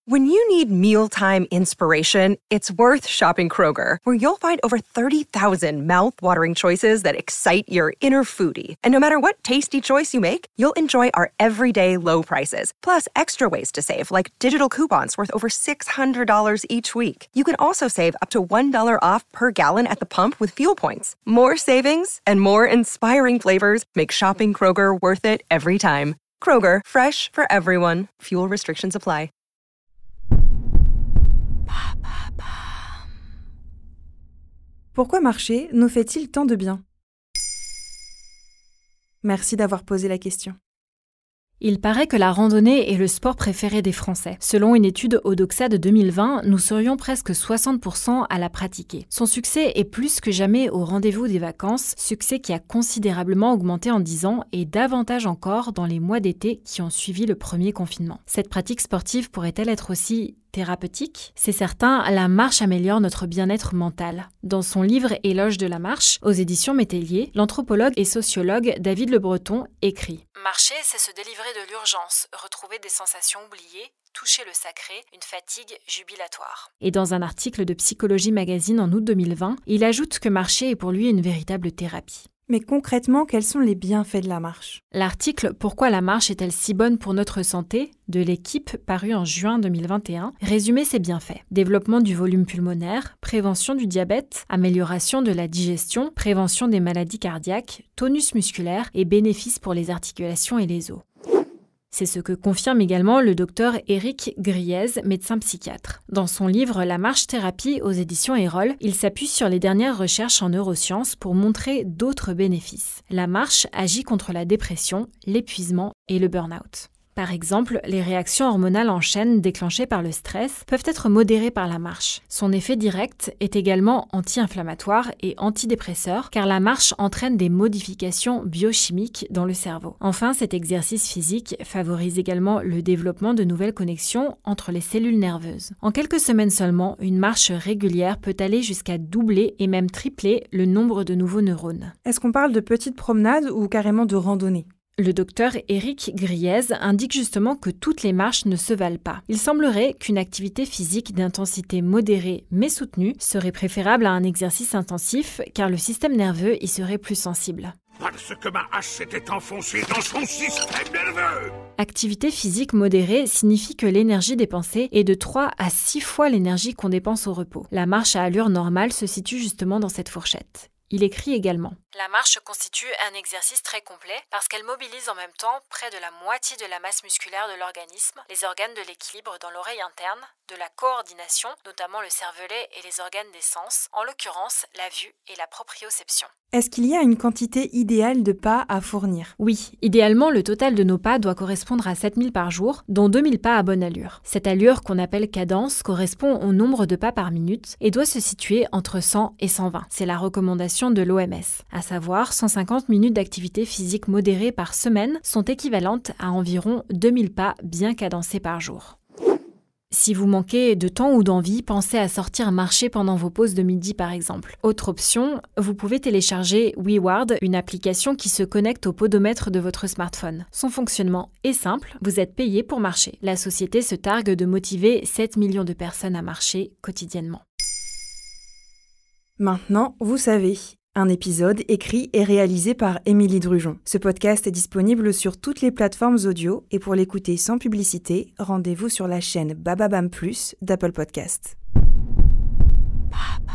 When you need mealtime inspiration, it's worth shopping Kroger, where you'll find over 30,000 mouth-watering choices that excite your inner foodie. And no matter what tasty choice you make, you'll enjoy our everyday low prices, plus extra ways to save, like digital coupons worth over $600 each week. You can also save up to $1 off per gallon at the pump with fuel points. More savings and more inspiring flavors make shopping Kroger worth it every time. Kroger, fresh for everyone. Fuel restrictions apply. Pourquoi marcher nous fait-il tant de bien ? Merci d'avoir posé la question. Il paraît que la randonnée est le sport préféré des Français. Selon une étude Odoxa de 2020, nous serions presque 60% à la pratiquer. Son succès est plus que jamais au rendez-vous des vacances, succès qui a considérablement augmenté en 10 ans et davantage encore dans les mois d'été qui ont suivi le premier confinement. Cette pratique sportive pourrait-elle être aussi thérapeutique ? C'est certain, la marche améliore notre bien-être mental. Dans son livre Éloge de la marche, aux éditions Métellier, l'anthropologue et sociologue David Le Breton écrit « Marcher, c'est se délivrer de l'urgence, retrouver des sensations oubliées, toucher le sacré, une fatigue jubilatoire. » Et dans un article de Psychologie Magazine en août 2020, il ajoute que marcher est pour lui une véritable thérapie. Mais concrètement, quels sont les bienfaits de la marche ? L'article « Pourquoi la marche est-elle si bonne pour notre santé ?» de l'Équipe, paru en juin 2021, résumait ses bienfaits. Développement du volume pulmonaire, prévention du diabète, amélioration de la digestion, prévention des maladies cardiaques, tonus musculaire et bénéfices pour les articulations et les os. C'est ce que confirme également le docteur Éric Griez, médecin psychiatre. Dans son livre « La marche-thérapie » aux éditions Erol, il s'appuie sur les dernières recherches en neurosciences pour montrer d'autres bénéfices. La marche agit contre la dépression, l'épuisement et le burn-out. Par exemple, les réactions hormonales en chaîne déclenchées par le stress peuvent être modérées par la marche. Son effet direct est également anti-inflammatoire et antidépresseur car la marche entraîne des modifications biochimiques dans le cerveau. Enfin, cet exercice physique favorise également le développement de nouvelles connexions entre les cellules nerveuses. En quelques semaines seulement, une marche régulière peut aller jusqu'à doubler et même tripler le nombre de nouveaux neurones. Est-ce qu'on parle de petites promenades ou carrément de randonnées ? Le docteur Éric Griez indique justement que toutes les marches ne se valent pas. Il semblerait qu'une activité physique d'intensité modérée mais soutenue serait préférable à un exercice intensif car le système nerveux y serait plus sensible. Parce que ma hache s'était enfoncée dans son système nerveux. Activité physique modérée signifie que l'énergie dépensée est de 3 à 6 fois l'énergie qu'on dépense au repos. La marche à allure normale se situe justement dans cette fourchette. Il écrit également « La marche constitue un exercice très complet parce qu'elle mobilise en même temps près de la moitié de la masse musculaire de l'organisme, les organes de l'équilibre dans l'oreille interne, de la coordination, notamment le cervelet et les organes des sens, en l'occurrence la vue et la proprioception. » Est-ce qu'il y a une quantité idéale de pas à fournir ? Oui, idéalement le total de nos pas doit correspondre à 7000 par jour, dont 2000 pas à bonne allure. Cette allure qu'on appelle cadence correspond au nombre de pas par minute et doit se situer entre 100 et 120. C'est la recommandation de l'OMS. À savoir, 150 minutes d'activité physique modérée par semaine sont équivalentes à environ 2000 pas bien cadencés par jour. Si vous manquez de temps ou d'envie, pensez à sortir marcher pendant vos pauses de midi par exemple. Autre option, vous pouvez télécharger WeWard, une application qui se connecte au podomètre de votre smartphone. Son fonctionnement est simple, vous êtes payé pour marcher. La société se targue de motiver 7 millions de personnes à marcher quotidiennement. Maintenant, vous savez. Un épisode écrit et réalisé par Émilie Drujon. Ce podcast est disponible sur toutes les plateformes audio et pour l'écouter sans publicité, rendez-vous sur la chaîne Bababam Plus d'Apple Podcast.